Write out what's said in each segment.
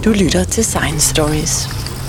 Du lytter til Science Stories.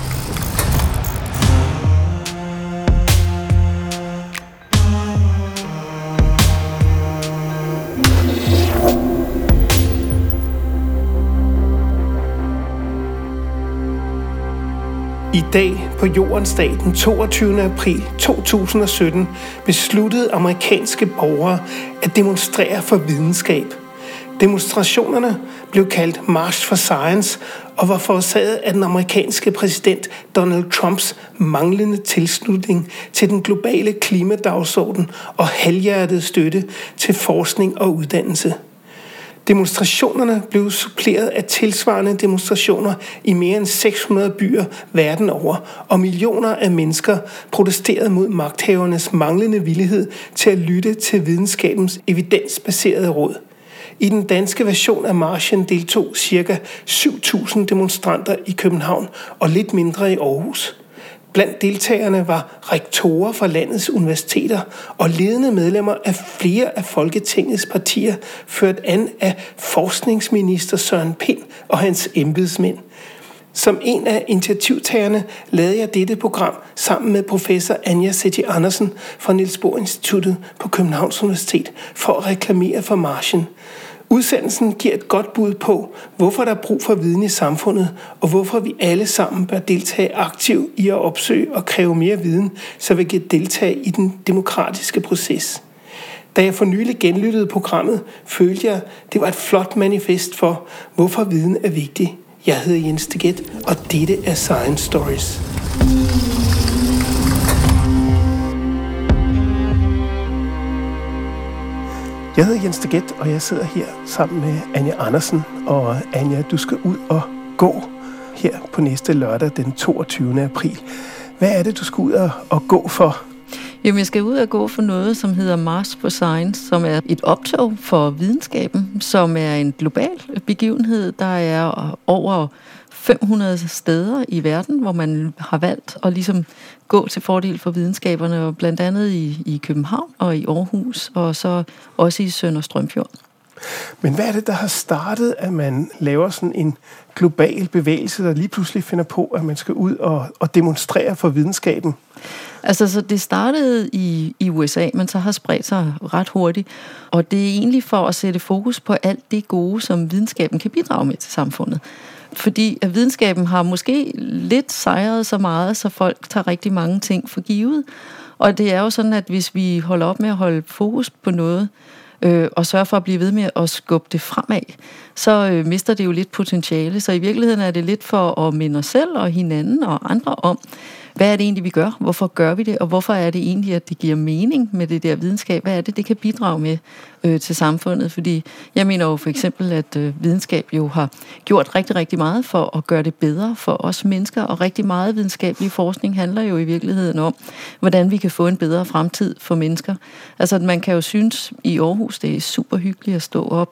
I dag på Jordens dag den 22. april 2017 besluttede amerikanske borgere at demonstrere for videnskab. Demonstrationerne blev kaldt March for Science og var forårsaget af den amerikanske præsident Donald Trumps manglende tilslutning til den globale klimadagsorden og halvhjertet støtte til forskning og uddannelse. Demonstrationerne blev suppleret af tilsvarende demonstrationer i mere end 600 byer verden over, og millioner af mennesker protesterede mod magthavernes manglende villighed til at lytte til videnskabens evidensbaserede råd. I den danske version af marchen deltog ca. 7.000 demonstranter i København og lidt mindre i Aarhus. Blandt deltagerne var rektorer fra landets universiteter og ledende medlemmer af flere af Folketingets partier, ført an af forskningsminister Søren Pind og hans embedsmænd. Som en af initiativtagerne lavede jeg dette program sammen med professor Anja C.T. Andersen fra Niels Bohr Instituttet på Københavns Universitet for at reklamere for marchen. Udsendelsen giver et godt bud på, hvorfor der er brug for viden i samfundet, og hvorfor vi alle sammen bør deltage aktivt i at opsøge og kræve mere viden, så vi kan deltage i den demokratiske proces. Da jeg for nylig genlyttede programmet, følte jeg, det var et flot manifest for, hvorfor viden er vigtig. Jeg hedder Jens Deget, og dette er Science Stories. Jeg hedder Jens Deget, og jeg sidder her sammen med Anja Andersen. Og Anja, du skal ud og gå her på næste lørdag den 22. april. Hvad er det, du skal ud og gå for? Jamen, jeg skal ud og gå for noget, som hedder March for Science, som er et optog for videnskaben, som er en global begivenhed. Der er over 500 steder i verden, hvor man har valgt at ligesom gå til fordel for videnskaberne, og blandt andet i København og i Aarhus, og så også i Sønder Strømfjord. Men hvad er det, der har startet, at man laver sådan en global bevægelse, der lige pludselig finder på, at man skal ud og demonstrere for videnskaben? Altså, så det startede i USA, men så har spredt sig ret hurtigt. Og det er egentlig for at sætte fokus på alt det gode, som videnskaben kan bidrage med til samfundet. Fordi at videnskaben har måske lidt sejret så meget, så folk tager rigtig mange ting for givet. Og det er jo sådan, at hvis vi holder op med at holde fokus på noget, og sørger for at blive ved med at skubbe det fremad, så mister det jo lidt potentiale. Så i virkeligheden er det lidt for at minde os selv og hinanden og andre om, hvad er det egentlig, vi gør? Hvorfor gør vi det? Og hvorfor er det egentlig, at det giver mening med det der videnskab? Hvad er det, det kan bidrage med til samfundet? Fordi jeg mener jo for eksempel, at videnskab jo har gjort rigtig, rigtig meget for at gøre det bedre for os mennesker, og rigtig meget videnskabelig forskning handler jo i virkeligheden om, hvordan vi kan få en bedre fremtid for mennesker. Altså, man kan jo synes i Aarhus, det er super hyggeligt at stå op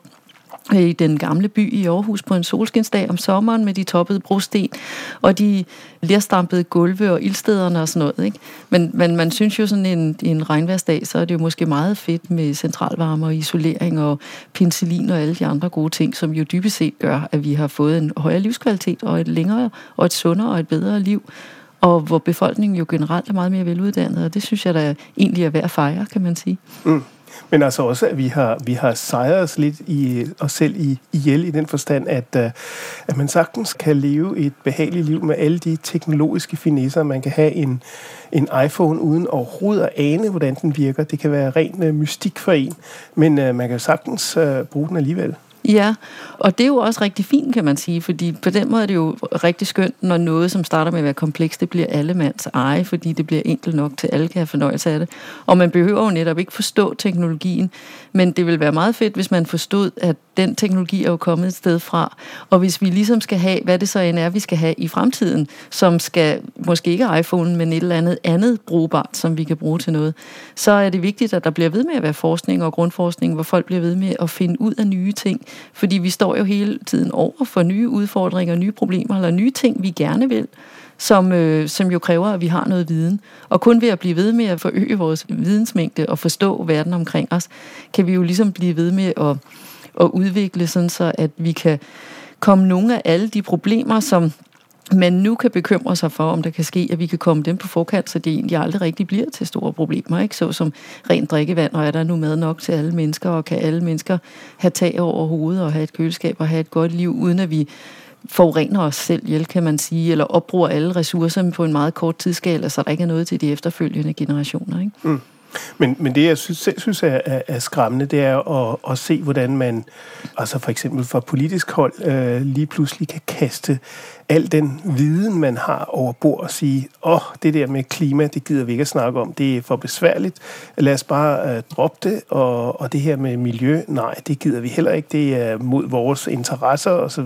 i den gamle by i Aarhus på en solskinsdag om sommeren med de toppede brosten og de lerstampede gulve og ildstederne og sådan noget, ikke? Men man synes jo sådan en regnværsdag, så er det jo måske meget fedt med centralvarme og isolering og penicillin og alle de andre gode ting, som jo dybest set gør, at vi har fået en højere livskvalitet og et længere og et sundere og et bedre liv, og hvor befolkningen jo generelt er meget mere veluddannet, og det synes jeg da egentlig er værd at fejre, kan man sige. Mm. Men altså også, at vi har sejret os lidt i os selv ihjel i den forstand, at man sagtens kan leve et behageligt liv med alle de teknologiske finesser. Man kan have en iPhone uden overhovedet at ane, hvordan den virker. Det kan være ren mystik for en, men man kan sagtens bruge den alligevel. Ja, og det er jo også rigtig fint, kan man sige, fordi på den måde er det jo rigtig skønt, når noget, som starter med at være komplekst, det bliver allemands eje, fordi det bliver enkelt nok til alle kan have fornøjelse af det. Og man behøver jo netop ikke forstå teknologien, men det vil være meget fedt, hvis man forstod, at den teknologi er jo kommet et sted fra, og hvis vi ligesom skal have, hvad det så end er, vi skal have i fremtiden, som skal, måske ikke iPhone, men et eller andet brugbart, som vi kan bruge til noget, så er det vigtigt, at der bliver ved med at være forskning og grundforskning, hvor folk bliver ved med at finde ud af nye ting, fordi vi står jo hele tiden over for nye udfordringer, nye problemer, eller nye ting, vi gerne vil, som jo kræver, at vi har noget viden. Og kun ved at blive ved med at forøge vores vidensmængde og forstå verden omkring os, kan vi jo ligesom blive ved med at udvikle sådan så, at vi kan komme nogle af alle de problemer, som man nu kan bekymre sig for, om der kan ske, at vi kan komme dem på forkant, så det egentlig aldrig rigtig bliver til store problemer, ikke? Så som rent drikkevand, og er der nu mad nok til alle mennesker, og kan alle mennesker have tag over hovedet, og have et køleskab, og have et godt liv, uden at vi forurener os selv ihjel, kan man sige, eller opbruger alle ressourcer på en meget kort tidsskala, så der ikke er noget til de efterfølgende generationer, ikke? Mm. Men det, jeg selv synes er skræmmende, det er at se, hvordan man, altså for eksempel fra politisk hold, lige pludselig kan kaste al den viden, man har over bord og sige, det der med klima, det gider vi ikke at snakke om, det er for besværligt, lad os bare droppe det, og det her med miljø, nej, det gider vi heller ikke, det er mod vores interesser osv.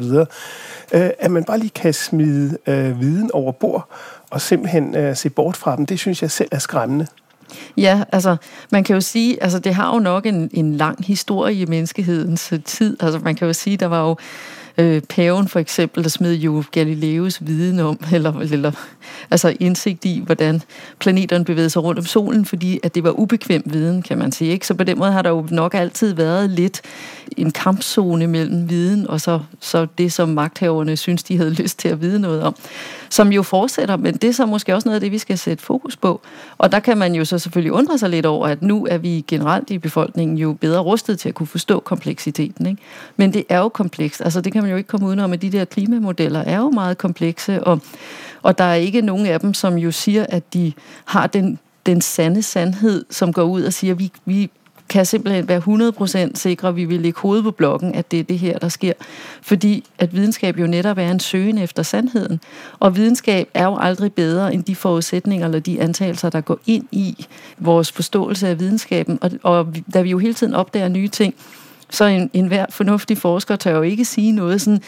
At man bare lige kan smide viden over bord og simpelthen se bort fra dem, det synes jeg selv er skræmmende. Ja, altså man kan jo sige, altså det har jo nok en lang historie i menneskehedens tid. Altså man kan jo sige, der var jo paven for eksempel, der smed jo Galileos viden om, eller altså indsigt i, hvordan planeterne bevægede sig rundt om solen, fordi at det var ubekvem viden, kan man sige, ikke? Så på den måde har der jo nok altid været lidt en kampzone mellem viden, og så det, som magthaverne synes, de havde lyst til at vide noget om, som jo fortsætter, men det er så måske også noget af det, vi skal sætte fokus på. Og der kan man jo så selvfølgelig undre sig lidt over, at nu er vi generelt i befolkningen jo bedre rustet til at kunne forstå kompleksiteten, ikke? Men det er jo komplekst, altså det kan man jo ikke komme udenom, at de der klimamodeller er jo meget komplekse, og der er ikke nogen af dem, som jo siger, at de har den sande sandhed, som går ud og siger, at vi kan simpelthen være 100% sikre, at vi vil lægge hovedet på blokken, at det er det her, der sker. Fordi at videnskab jo netop er en søgen efter sandheden. Og videnskab er jo aldrig bedre end de forudsætninger eller de antagelser, der går ind i vores forståelse af videnskaben. Og da vi jo hele tiden opdager nye ting, så enhver fornuftig forsker tør jo ikke sige noget sådan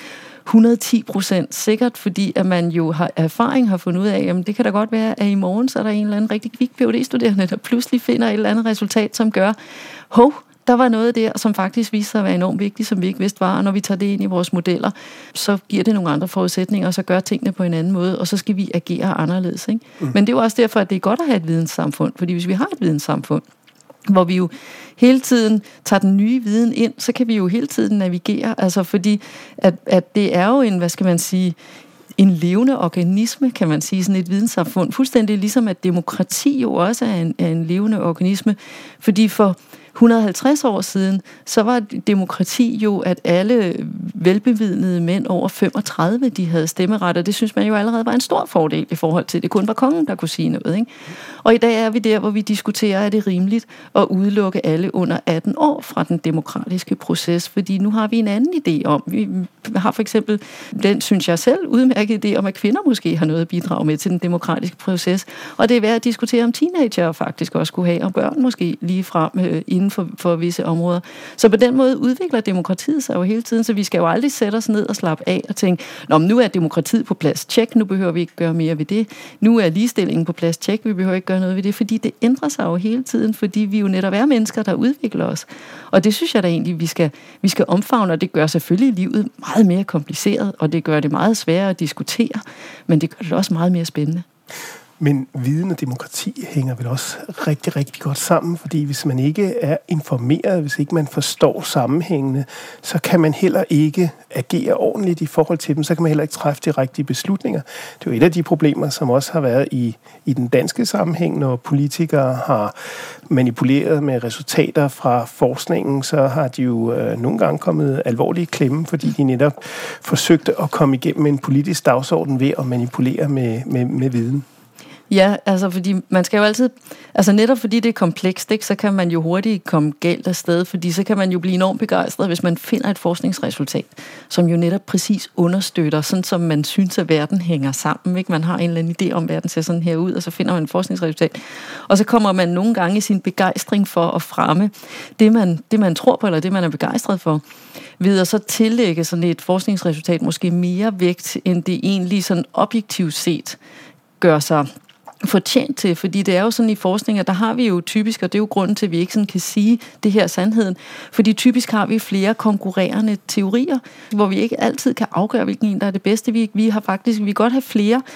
110% sikkert, fordi at man jo har fundet ud af, jamen det kan da godt være, at i morgen så er der en eller anden rigtig kvik PhD-studerende, der pludselig finder et eller andet resultat, som gør, der var noget der, som faktisk viste sig at være enormt vigtigt, som vi ikke vidste var, og når vi tager det ind i vores modeller, så giver det nogle andre forudsætninger, og så gør tingene på en anden måde, og så skal vi agere anderledes, ikke? Men det er jo også derfor, at det er godt at have et videnssamfund, fordi hvis vi har et videnssamfund, hvor vi jo hele tiden tager den nye viden ind, så kan vi jo hele tiden navigere, altså fordi at det er jo en, hvad skal man sige, en levende organisme, kan man sige, sådan et videnssamfund, fuldstændig ligesom at demokrati jo også er en levende organisme, fordi for 150 år siden, så var demokrati jo, at alle velbevidnede mænd over 35, de havde stemmeret, og det synes man jo allerede var en stor fordel i forhold til, det kun var kongen, der kunne sige noget, ikke? Og i dag er vi der, hvor vi diskuterer, er det rimeligt at udelukke alle under 18 år fra den demokratiske proces, fordi nu har vi en anden idé om, vi har for eksempel den, synes jeg selv, udmærket idé om, at kvinder måske har noget at bidrage med til den demokratiske proces, og det er værd at diskutere, om teenager faktisk også kunne have, og børn måske lige frem inden for visse områder. Så på den måde udvikler demokratiet sig jo hele tiden, så vi skal jo aldrig sætte os ned og slappe af og tænke, nu er demokratiet på plads, tjek, nu behøver vi ikke gøre mere ved det. Nu er ligestillingen på plads, tjek, vi behøver ikke gøre noget ved det, fordi det ændrer sig jo hele tiden, fordi vi jo netop er mennesker, der udvikler os. Og det synes jeg da egentlig, vi skal omfavne, og det gør selvfølgelig livet meget mere kompliceret, og det gør det meget sværere at diskutere, men det gør det også meget mere spændende. Men viden og demokrati hænger vel også rigtig, rigtig godt sammen, fordi hvis man ikke er informeret, hvis ikke man forstår sammenhængene, så kan man heller ikke agere ordentligt i forhold til dem, så kan man heller ikke træffe de rigtige beslutninger. Det er jo et af de problemer, som også har været i den danske sammenhæng, når politikere har manipuleret med resultater fra forskningen, så har de jo nogle gange kommet alvorligt i klemme, fordi de netop forsøgte at komme igennem en politisk dagsorden ved at manipulere med viden. Ja, altså fordi man skal jo altid, altså netop fordi det er komplekst, ikke, så kan man jo hurtigt komme galt afsted, fordi så kan man jo blive enormt begejstret, hvis man finder et forskningsresultat, som jo netop præcis understøtter, sådan som man synes, at verden hænger sammen, ikke? Man har en eller anden idé om, at verden ser sådan her ud, og så finder man et forskningsresultat, og så kommer man nogle gange i sin begejstring for at fremme det man tror på, eller det man er begejstret for, ved at så tillægge sådan et forskningsresultat måske mere vægt, end det egentlig sådan objektivt set gør sig fortjent til, fordi det er jo sådan i forskning, at der har vi jo typisk, og det er jo grunden til, at vi ikke sådan kan sige det her sandheden, fordi typisk har vi flere konkurrerende teorier, hvor vi ikke altid kan afgøre, hvilken en der er det bedste. Vi kan godt have flere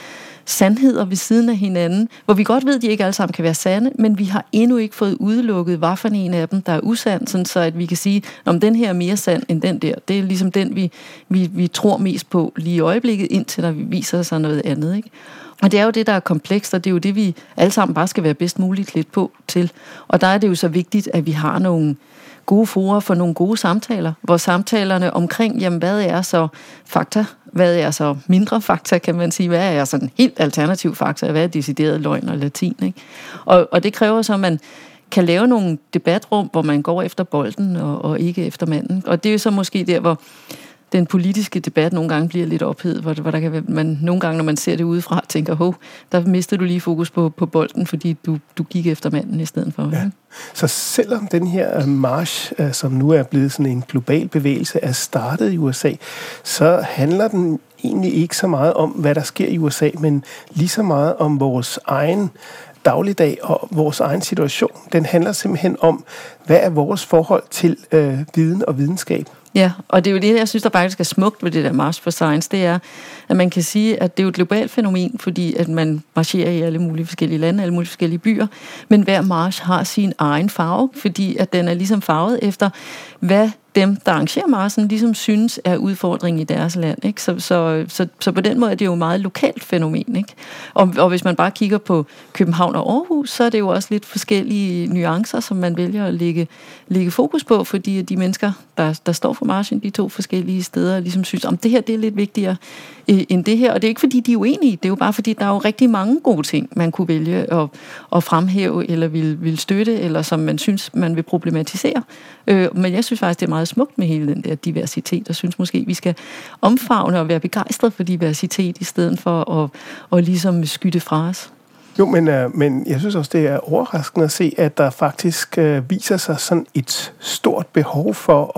sandheder ved siden af hinanden, hvor vi godt ved, at de ikke alle sammen kan være sande, men vi har endnu ikke fået udelukket, hvad for en af dem, der er usand, sådan så at vi kan sige, om den her er mere sand end den der. Det er ligesom den, vi tror mest på lige i øjeblikket, indtil der viser sig noget andet, ikke? Og det er jo det, der er komplekst, og det er jo det, vi alle sammen bare skal være bedst muligt lidt på til. Og der er det jo så vigtigt, at vi har nogle gode fora for nogle gode samtaler, hvor samtalerne omkring, jamen hvad er så fakta, hvad er så mindre fakta, kan man sige, hvad er sådan helt alternativ fakta, hvad er decideret løgn og latin, ikke? Og det kræver så, at man kan lave nogle debatrum, hvor man går efter bolden og ikke efter manden. Og det er jo så måske der, hvor den politiske debat nogle gange bliver lidt ophedet, hvor der kan være, man nogle gange, når man ser det udefra, tænker, der mister du lige fokus på bolden, fordi du gik efter manden i stedet for. Ja. Så selvom den her march, som nu er blevet sådan en global bevægelse, er startet i USA, så handler den egentlig ikke så meget om, hvad der sker i USA, men lige så meget om vores egen dagligdag og vores egen situation. Den handler simpelthen om, hvad er vores forhold til viden og videnskab. Ja, og det er jo det, jeg synes, der faktisk er smukt ved det der March for Science, det er, at man kan sige, at det er jo et globalt fænomen, fordi at man marcherer i alle mulige forskellige lande, alle mulige forskellige byer, men hver march har sin egen farve, fordi at den er ligesom farvet efter, hvad dem, der arrangerer marchen, ligesom synes er udfordringen i deres land, ikke? Så på den måde er det jo et meget lokalt fænomen, ikke? Og hvis man bare kigger på København og Aarhus, så er det jo også lidt forskellige nuancer, som man vælger at lægge fokus på, fordi de mennesker, der står for marchen, de to forskellige steder, ligesom synes, om det her det er lidt vigtigere end det her. Og det er ikke fordi, de er uenige, det er jo bare fordi, der er jo rigtig mange gode ting, man kunne vælge at fremhæve, eller vil støtte, eller som man synes, man vil problematisere. Men jeg synes faktisk, det er meget smukt med hele den der diversitet, og synes måske, vi skal omfavne og være begejstret for diversitet, i stedet for at ligesom skyde fra os. Jo, men jeg synes også, det er overraskende at se, at der faktisk viser sig sådan et stort behov for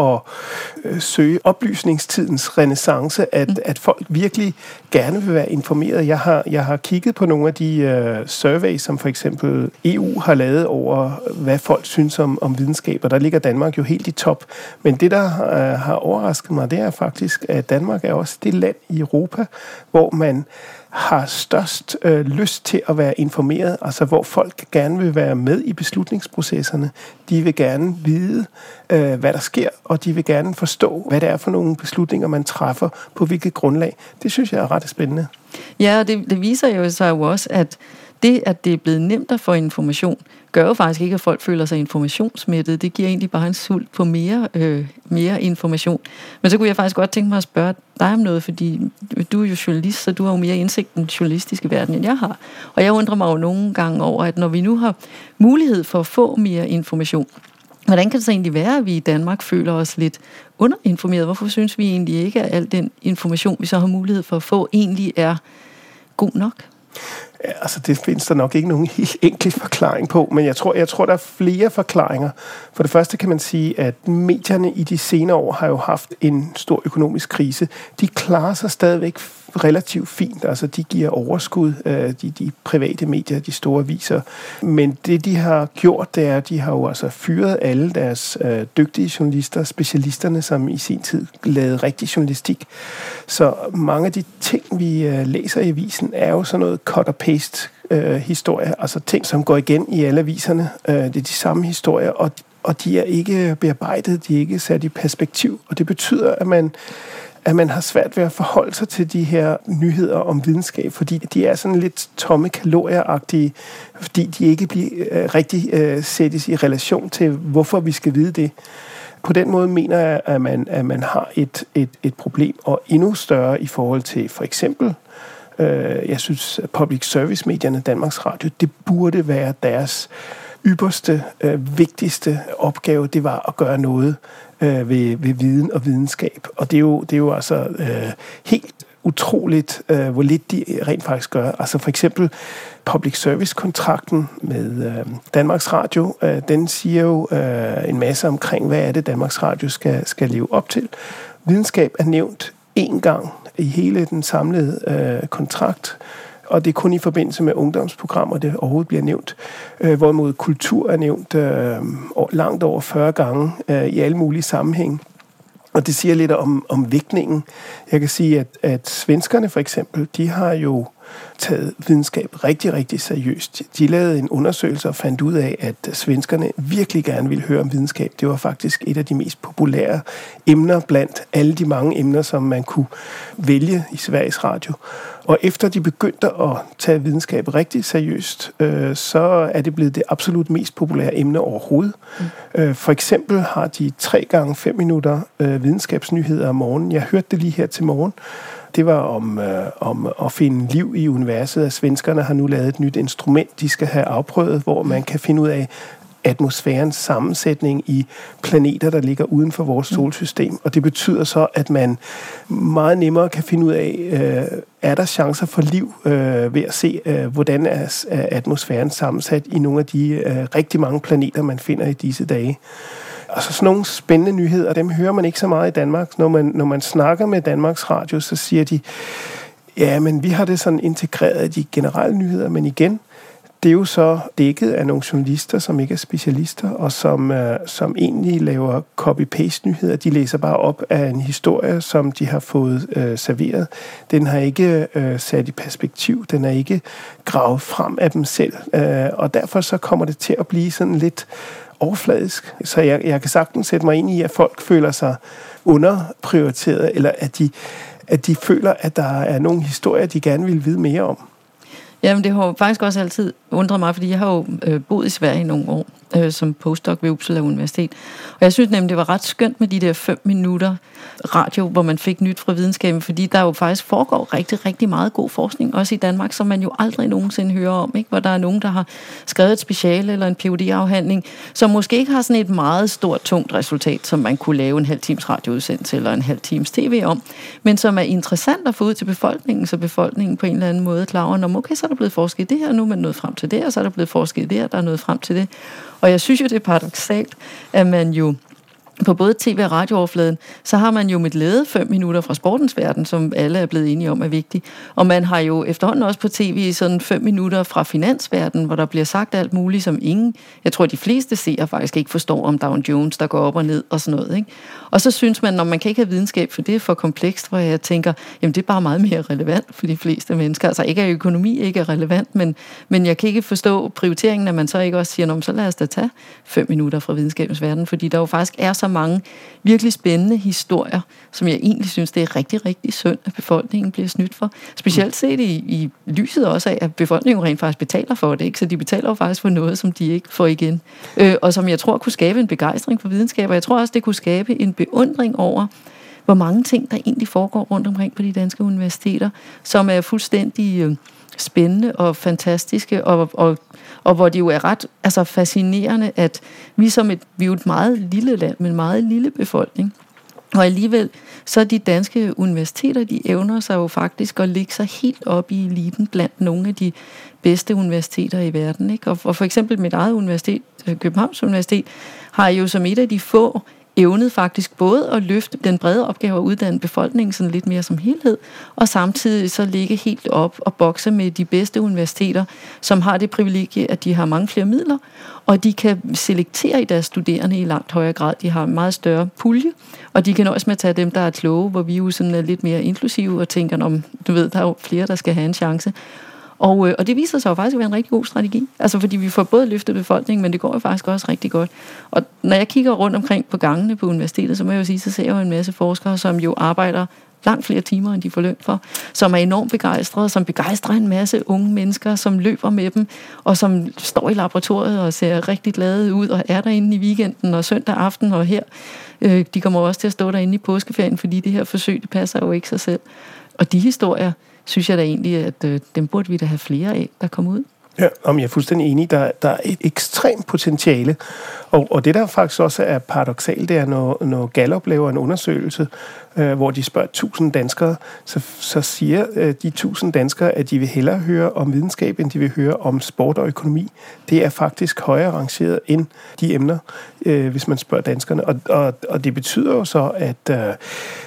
at søge oplysningstidens renæssance, at folk virkelig gerne vil være informeret. Jeg har kigget på nogle af de surveys, som for eksempel EU har lavet over, hvad folk synes om videnskab, og der ligger Danmark jo helt i top. Men det, der har overrasket mig, det er faktisk, at Danmark er også det land i Europa, hvor man har størst lyst til at være informeret, altså hvor folk gerne vil være med i beslutningsprocesserne. De vil gerne vide, hvad der sker, og de vil gerne forstå, hvad det er for nogle beslutninger, man træffer, på hvilket grundlag. Det synes jeg er ret spændende. Ja, og det viser jo sig jo også, at det er blevet nemt at få information, gør jo faktisk ikke, at folk føler sig informationsmættet. Det giver egentlig bare en sult på mere information. Men så kunne jeg faktisk godt tænke mig at spørge dig om noget, fordi du er jo journalist, så du har jo mere indsigt i den journalistiske verden, end jeg har. Og jeg undrer mig jo nogle gange over, at når vi nu har mulighed for at få mere information, hvordan kan det så egentlig være, at vi i Danmark føler os lidt underinformeret? Hvorfor synes vi egentlig ikke, at al den information, vi så har mulighed for at få, egentlig er god nok? Ja, altså det findes der nok ikke nogen helt enkel forklaring på, men jeg tror, der er flere forklaringer. For det første kan man sige, at medierne i de senere år har jo haft en stor økonomisk krise. De klarer sig stadigvæk relativt fint, altså de giver overskud, de private medier, de store aviser. Men det, de har gjort, det er, at de har jo altså fyret alle deres dygtige journalister, specialisterne, som i sin tid lavede rigtig journalistik. Så mange af de ting, vi læser i avisen, er jo sådan noget cut og paste historier, altså ting, som går igen i alle aviserne. Det er de samme historier, og de er ikke bearbejdet, de er ikke sat i perspektiv, og det betyder, at man har svært ved at forholde sig til de her nyheder om videnskab, fordi de er sådan lidt tomme kalorieragtige, fordi de ikke bliver rigtig sættes i relation til, hvorfor vi skal vide det. På den måde mener jeg, at man har et problem, og endnu større i forhold til for eksempel, jeg synes, public service medierne, Danmarks Radio, det burde være deres ypperste, vigtigste opgave, det var at gøre noget ved viden og videnskab. Og det er jo altså helt utroligt, hvor lidt de rent faktisk gør. Altså for eksempel public service-kontrakten med Danmarks Radio, den siger jo en masse omkring, hvad er det, Danmarks Radio skal leve op til. Videnskab er nævnt én gang i hele den samlede kontrakt, og det er kun i forbindelse med ungdomsprogrammer, det overhovedet bliver nævnt. Hvorimod kultur er nævnt langt over 40 gange i alle mulige sammenhænge. Og det siger lidt om vægtningen. Jeg kan sige, at svenskerne for eksempel, de har jo taget videnskab rigtig, rigtig seriøst. De lavede en undersøgelse og fandt ud af, at svenskerne virkelig gerne ville høre om videnskab. Det var faktisk et af de mest populære emner blandt alle de mange emner, som man kunne vælge i Sveriges Radio. Og efter de begyndte at tage videnskab rigtig seriøst, så er det blevet det absolut mest populære emne overhovedet. For eksempel har de 3 gange 5 minutter videnskabsnyheder om morgenen. Jeg hørte det lige her til morgen. Det var om at finde liv i universet, at svenskerne har nu lavet et nyt instrument, de skal have afprøvet, hvor man kan finde ud af atmosfærens sammensætning i planeter, der ligger uden for vores solsystem. Og det betyder så, at man meget nemmere kan finde ud af, er der chancer for liv ved at se, hvordan er atmosfæren sammensat i nogle af de rigtig mange planeter, man finder i disse dage. Og så sådan nogle spændende nyheder, dem hører man ikke så meget i Danmark. Når man snakker med Danmarks Radio, så siger de, ja, men vi har det sådan integreret i de generelle nyheder, men igen, det er jo så dækket af nogle journalister, som ikke er specialister, og som egentlig laver copy-paste-nyheder. De læser bare op af en historie, som de har fået serveret. Den har ikke sat i perspektiv, den er ikke gravet frem af dem selv, og derfor så kommer det til at blive sådan lidt overfladisk. Så jeg kan sagtens sætte mig ind i, at folk føler sig underprioriteret, eller at de føler, at der er nogle historier, de gerne vil vide mere om. Jamen, det har faktisk også altid undret mig, fordi jeg har jo boet i Sverige i nogle år som postdoc ved Uppsala Universitet. Og jeg synes nemlig, det var ret skønt med de der 5 minutter radio, hvor man fik nyt fra videnskaben, fordi der jo faktisk foregår rigtig, rigtig meget god forskning, også i Danmark, som man jo aldrig nogensinde hører om, ikke? Hvor der er nogen, der har skrevet et speciale eller en PhD-afhandling, som måske ikke har sådan et meget stort, tungt resultat, som man kunne lave en halv times radioudsendelse eller en halv times tv om, men som er interessant at få ud til befolkningen, så befolkningen på en eller anden måde er klar over, okay, så er der blevet forsket i det her, nu er man nået frem til det, og så er der blevet forsket i det her, der er nået frem til det. Og jeg synes jo, det er paradoksalt, at man jo på både tv- og radiooverfladen, så har man jo med glæde 5 minutter fra sportens verden, som alle er blevet enige om er vigtig. Og man har jo efterhånden også på tv sådan 5 minutter fra finansverdenen, hvor der bliver sagt alt muligt, som ingen, jeg tror de fleste seere faktisk ikke forstår om Dow Jones, der går op og ned og sådan noget, ikke? Og så synes man, når man kan ikke have videnskab, for det er for komplekst, hvor jeg tænker, jamen det er bare meget mere relevant for de fleste mennesker. Altså ikke at økonomi ikke er relevant, men jeg kan ikke forstå prioriteringen, at man så ikke også siger, så lad os da tage 5 minutter fra videnskabens verden, fordi der jo faktisk er så mange virkelig spændende historier, som jeg egentlig synes, det er rigtig, rigtig synd, at befolkningen bliver snydt for. Specielt set i lyset også af, at befolkningen rent faktisk betaler for det, ikke? Så de betaler jo faktisk for noget, som de ikke får igen. Og som jeg tror kunne skabe en begejstring for videnskab, og jeg tror også, det kunne skabe en beundring over, hvor mange ting, der egentlig foregår rundt omkring på de danske universiteter, som er fuldstændig spændende og fantastiske, og hvor det jo er ret fascinerende, at vi er jo et meget lille land, med en meget lille befolkning, og alligevel så de danske universiteter, de evner sig jo faktisk at ligge sig helt op i eliten blandt nogle af de bedste universiteter i verden, ikke? Og for eksempel mit eget universitet, Københavns Universitet, har jo som et af de få evnet faktisk både at løfte den brede opgave og uddanne befolkningen sådan lidt mere som helhed, og samtidig så ligge helt op og bokse med de bedste universiteter, som har det privilegie, at de har mange flere midler, og de kan selektere i deres studerende i langt højere grad. De har en meget større pulje, og de kan nøjes med at tage dem, der er kloge, hvor vi jo sådan er lidt mere inklusive og tænker, der er jo flere, der skal have en chance. Og det viser sig jo faktisk at være en rigtig god strategi. Altså fordi vi får både løftet befolkningen, men det går jo faktisk også rigtig godt. Og når jeg kigger rundt omkring på gangene på universitetet, så må jeg jo sige, så ser jeg jo en masse forskere, som jo arbejder langt flere timer, end de får løn for, som er enormt begejstrede, som begejstrer en masse unge mennesker, som løber med dem, og som står i laboratoriet og ser rigtig glade ud, og er derinde i weekenden og søndag aften og her. De kommer også til at stå derinde i påskeferien, fordi det her forsøg, det passer jo ikke sig selv. Og de historier, synes jeg da egentlig, at dem burde vi da have flere af, der kommer ud. Ja, jeg er fuldstændig enig. Der er et ekstremt potentiale. Og det, der faktisk også er paradoksalt, det er, når Gallup laver en undersøgelse, hvor de spørger 1000 danskere, så siger de 1000 danskere, at de vil hellere høre om videnskab, end de vil høre om sport og økonomi. Det er faktisk højere rangeret end de emner, hvis man spørger danskerne. Og det betyder jo så, at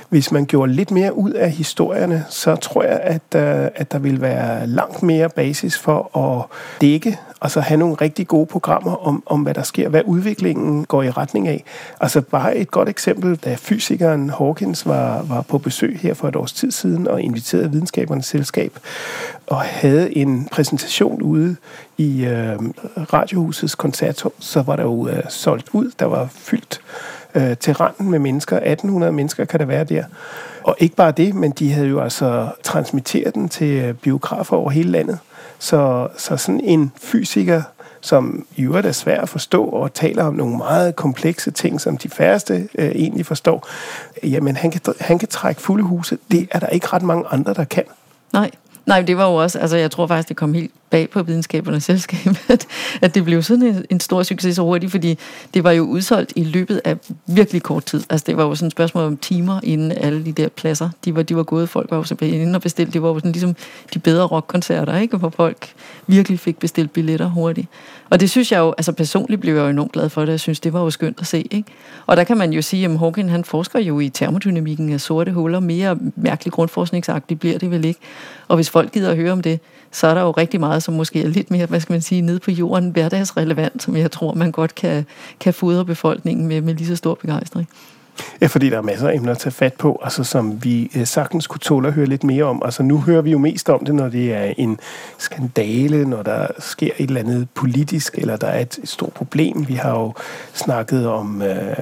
hvis man gjorde lidt mere ud af historierne, så tror jeg, at der vil være langt mere basis for at dække, altså have nogle rigtig gode programmer om hvad der sker, hvad udviklingen går i retning af. Altså bare et godt eksempel, da fysikeren Hawkins var på besøg her for et års tid siden og inviterede Videnskabernes Selskab og havde en præsentation ude i Radiohusets koncertrum, så var der jo solgt ud, der var fyldt til randen med mennesker. 1800 mennesker kan der være der. Og ikke bare det, men de havde jo altså transmitteret den til biografer over hele landet. Så sådan en fysiker, som i øvrigt er svær at forstå og taler om nogle meget komplekse ting, som de færreste egentlig forstår, jamen han kan trække fulde huse. Det er der ikke ret mange andre, der kan. Nej, det var jo også, altså jeg tror faktisk, det kom helt bag på Videnskabernes Selskab, at det blev sådan en stor succes så hurtigt, fordi det var jo udsolgt i løbet af virkelig kort tid. Altså det var jo sådan et spørgsmål om timer, inden alle de der pladser, de var gået. Folk var jo simpelthen inde og bestilt. Det var jo sådan ligesom de bedre rockkoncerter, ikke? Hvor folk virkelig fik bestilt billetter hurtigt. Og det synes jeg jo, altså personligt blev jeg jo enormt glad for det. Jeg synes, det var jo skønt at se, ikke? Og der kan man jo sige, at Hawking, han forsker jo i termodynamikken af sorte huller. Mere mærkelig grundforskningsagtigt bliver det vel ikke. Og hvis folk gider at høre om det, så er der jo rigtig meget, som måske er lidt mere, hvad skal man sige, nede på jorden, hverdagsrelevant, som jeg tror, man godt kan fodre befolkningen med lige så stor begejstring. Ja, fordi der er masser af emner at tage fat på, altså som vi sagtens kunne tåle at høre lidt mere om. Altså nu hører vi jo mest om det, når det er en skandale, når der sker et eller andet politisk, eller der er et stort problem. Vi har jo snakket om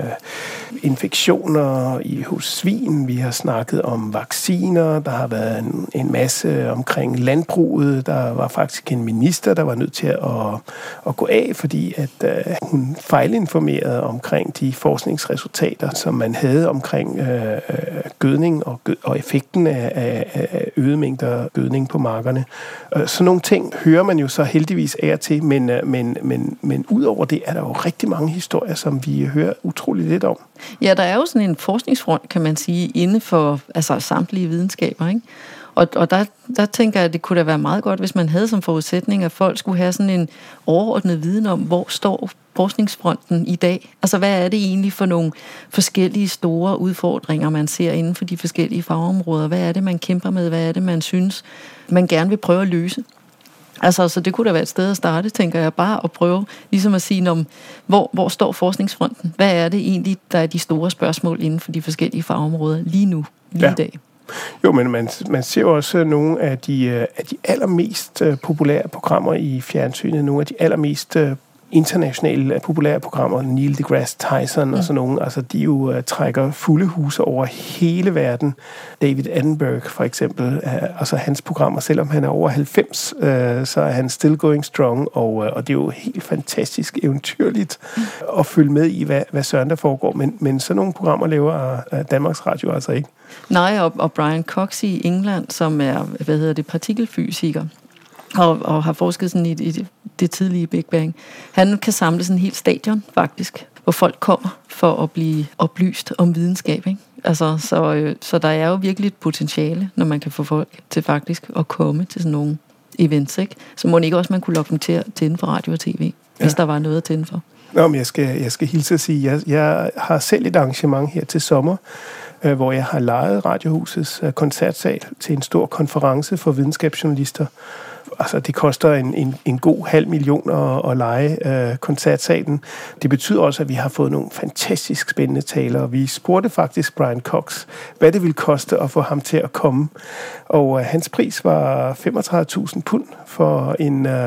infektioner hos svin, vi har snakket om vacciner, der har været en masse omkring landbruget. Der var faktisk en minister, der var nødt til at gå af, fordi at hun fejlinformerede omkring de forskningsresultater, som man havde omkring gødning og effekten af øgede mængder gødning på markerne. Sådan nogle ting hører man jo så heldigvis af og til, men ud over det er der jo rigtig mange historier, som vi hører utrolig lidt om. Ja, der er jo sådan en forskningsfront, kan man sige, inden for altså samtlige videnskaber, ikke? Og der tænker jeg, at det kunne da være meget godt, hvis man havde som forudsætning, at folk skulle have sådan en overordnet viden om, hvor står forskningsfronten i dag. Altså, hvad er det egentlig for nogle forskellige store udfordringer, man ser inden for de forskellige fagområder? Hvad er det, man kæmper med? Hvad er det, man synes, man gerne vil prøve at løse? Altså, så det kunne da være et sted at starte, tænker jeg, bare at prøve ligesom at sige, hvor står forskningsfronten? Hvad er det egentlig, der er de store spørgsmål inden for de forskellige fagområder lige nu, lige i dag? Jo, men man ser jo også nogle af de allermest populære programmer i fjernsynet, nogle af de allermest internationale populære programmer, Neil deGrasse Tyson og sådan nogle, altså de jo trækker fulde huse over hele verden. David Attenborough for eksempel, altså hans programmer, selvom han er over 90, så er han still going strong, og det er jo helt fantastisk eventyrligt at følge med i, hvad søren der foregår, men sådan nogle programmer laver Danmarks Radio altså ikke. Nej, og Brian Cox i England, som er, partikelfysiker, og har forsket sådan i det tidlige Big Bang. Han kan samle sådan en helt stadion, faktisk, hvor folk kommer for at blive oplyst om videnskab, ikke? Altså, så der er jo virkelig et potentiale, når man kan få folk til faktisk at komme til sådan nogle events, ikke? Så må ikke også man kunne lokke dem til at tænde for radio og tv, hvis der var noget at tænde for. Nå, men jeg skal hilse at sige, jeg har selv et arrangement her til sommer, hvor jeg har lejet Radiohusets koncertsal til en stor konference for videnskabsjournalister. Altså, det koster en god 500.000 at leje koncertsalen. Det betyder også, at vi har fået nogle fantastisk spændende talere. Vi spurgte faktisk Brian Cox, hvad det ville koste at få ham til at komme. Og hans pris var 35.000 pund for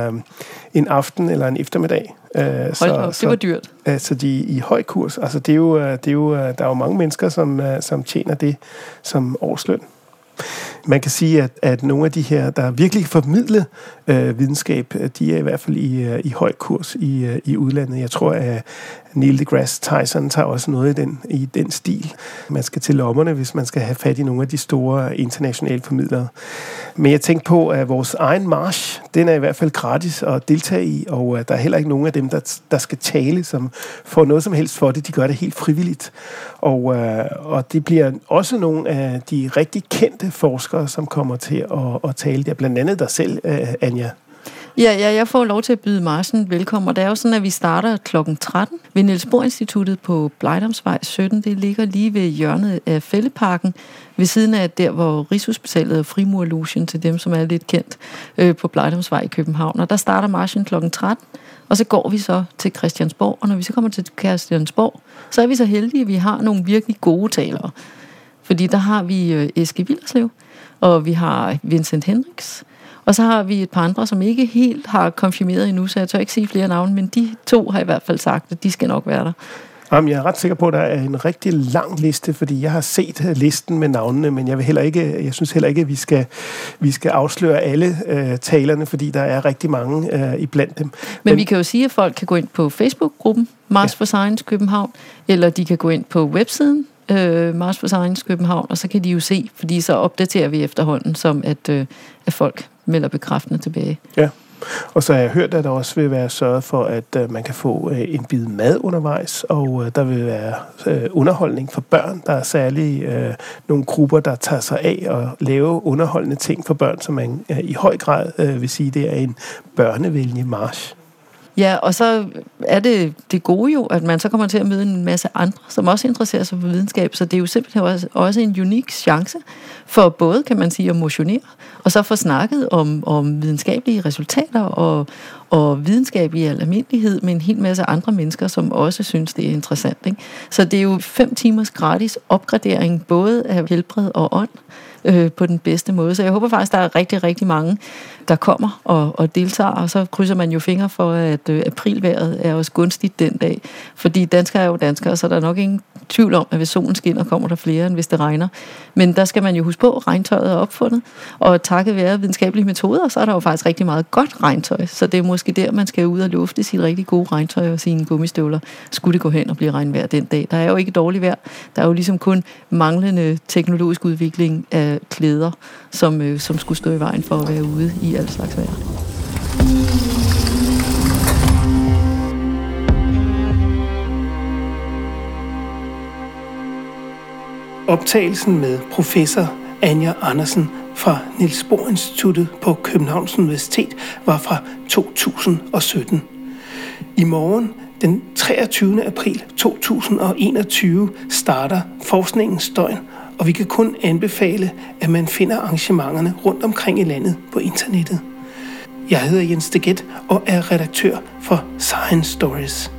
en aften eller en eftermiddag. Det var dyrt. Så de i høj kurs. Altså, det er jo, der er jo mange mennesker, som tjener det som årsløn. Man kan sige, at nogle af de her, der virkelig formidler videnskab, de er i hvert fald i høj kurs i udlandet. Jeg tror, at Neil deGrasse Tyson tager også noget i den stil. Man skal til lommerne, hvis man skal have fat i nogle af de store internationale formidlere. Men jeg tænkte på, at vores egen march, den er i hvert fald gratis at deltage i, og der er heller ikke nogen af dem, der skal tale, som får noget som helst for det. De gør det helt frivilligt. Og det bliver også nogle af de rigtig kendte forskere, som kommer til at tale der. Blandt andet dig selv, Anja. Ja, jeg får lov til at byde marchen velkommen, og det er jo sådan, at vi starter kl. 13 ved Niels Bohr Instituttet på Blejdomsvej 17. Det ligger lige ved hjørnet af Fælleparken, ved siden af der, hvor Rigshospitalet og Frimurlogen til dem, som er lidt kendt på Blejdomsvej i København. Og der starter marchen kl. 13, og så går vi så til Christiansborg, og når vi så kommer til Christiansborg, så er vi så heldige, at vi har nogle virkelig gode talere. Fordi der har vi Eske Willerslev, og vi har Vincent Hendricks, og så har vi et par andre, som ikke helt har konfirmeret endnu, så jeg tør ikke sige flere navne, men de to har i hvert fald sagt, at de skal nok være der. Jamen, jeg er ret sikker på, at der er en rigtig lang liste, fordi jeg har set listen med navnene, men jeg synes heller ikke, at vi skal afsløre alle talerne, fordi der er rigtig mange iblandt dem. Men vi kan jo sige, at folk kan gå ind på Facebook-gruppen Mars for Science København, eller de kan gå ind på websiden Mars for Science København, og så kan de jo se, fordi så opdaterer vi efterhånden, som at folk melder bekræftende tilbage. Ja. Og så har jeg hørt, at der også vil være sørget for, at man kan få en bid mad undervejs, og der vil være underholdning for børn. Der er særligt nogle grupper, der tager sig af og lave underholdende ting for børn, som man i høj grad vil sige, det er en børnevenlig march. Ja, og så er det gode jo, at man så kommer til at møde en masse andre, som også interesserer sig for videnskab, så det er jo simpelthen også en unik chance for både, kan man sige, at motionere, og så få snakket om videnskabelige resultater og videnskab i al almindelighed med en hel masse andre mennesker, som også synes, det er interessant. Ikke? Så det er jo 5 timers gratis opgradering, både af helbred og ånd, på den bedste måde. Så jeg håber faktisk, der er rigtig, rigtig mange, der kommer og deltager, og så krydser man jo fingre for, at aprilvejret er også gunstigt den dag. Fordi danskere er jo danskere, så der er nok ingen tvivl om, at hvis solen skinner, kommer der flere, end hvis det regner. Men der skal man jo huske på, at regntøjet er opfundet, og takket være videnskabelige metoder, så er der jo faktisk rigtig meget godt regntøj. Så det er måske der, man skal ud og lufte sit rigtig gode regntøj og sine gummistøvler. Skulle det gå hen og blive regnvejr den dag? Der er jo ikke dårligt vejr. Der er jo ligesom kun manglende teknologisk udvikling af klæder, som skulle stå i vejen for at være ude i al slags vejr. Optagelsen med professor Anja Andersen fra Niels Bohr Instituttet på Københavns Universitet var fra 2017. I morgen, den 23. april 2021, starter forskningens døgn, og vi kan kun anbefale, at man finder arrangementerne rundt omkring i landet på internettet. Jeg hedder Jens Deget og er redaktør for Science Stories.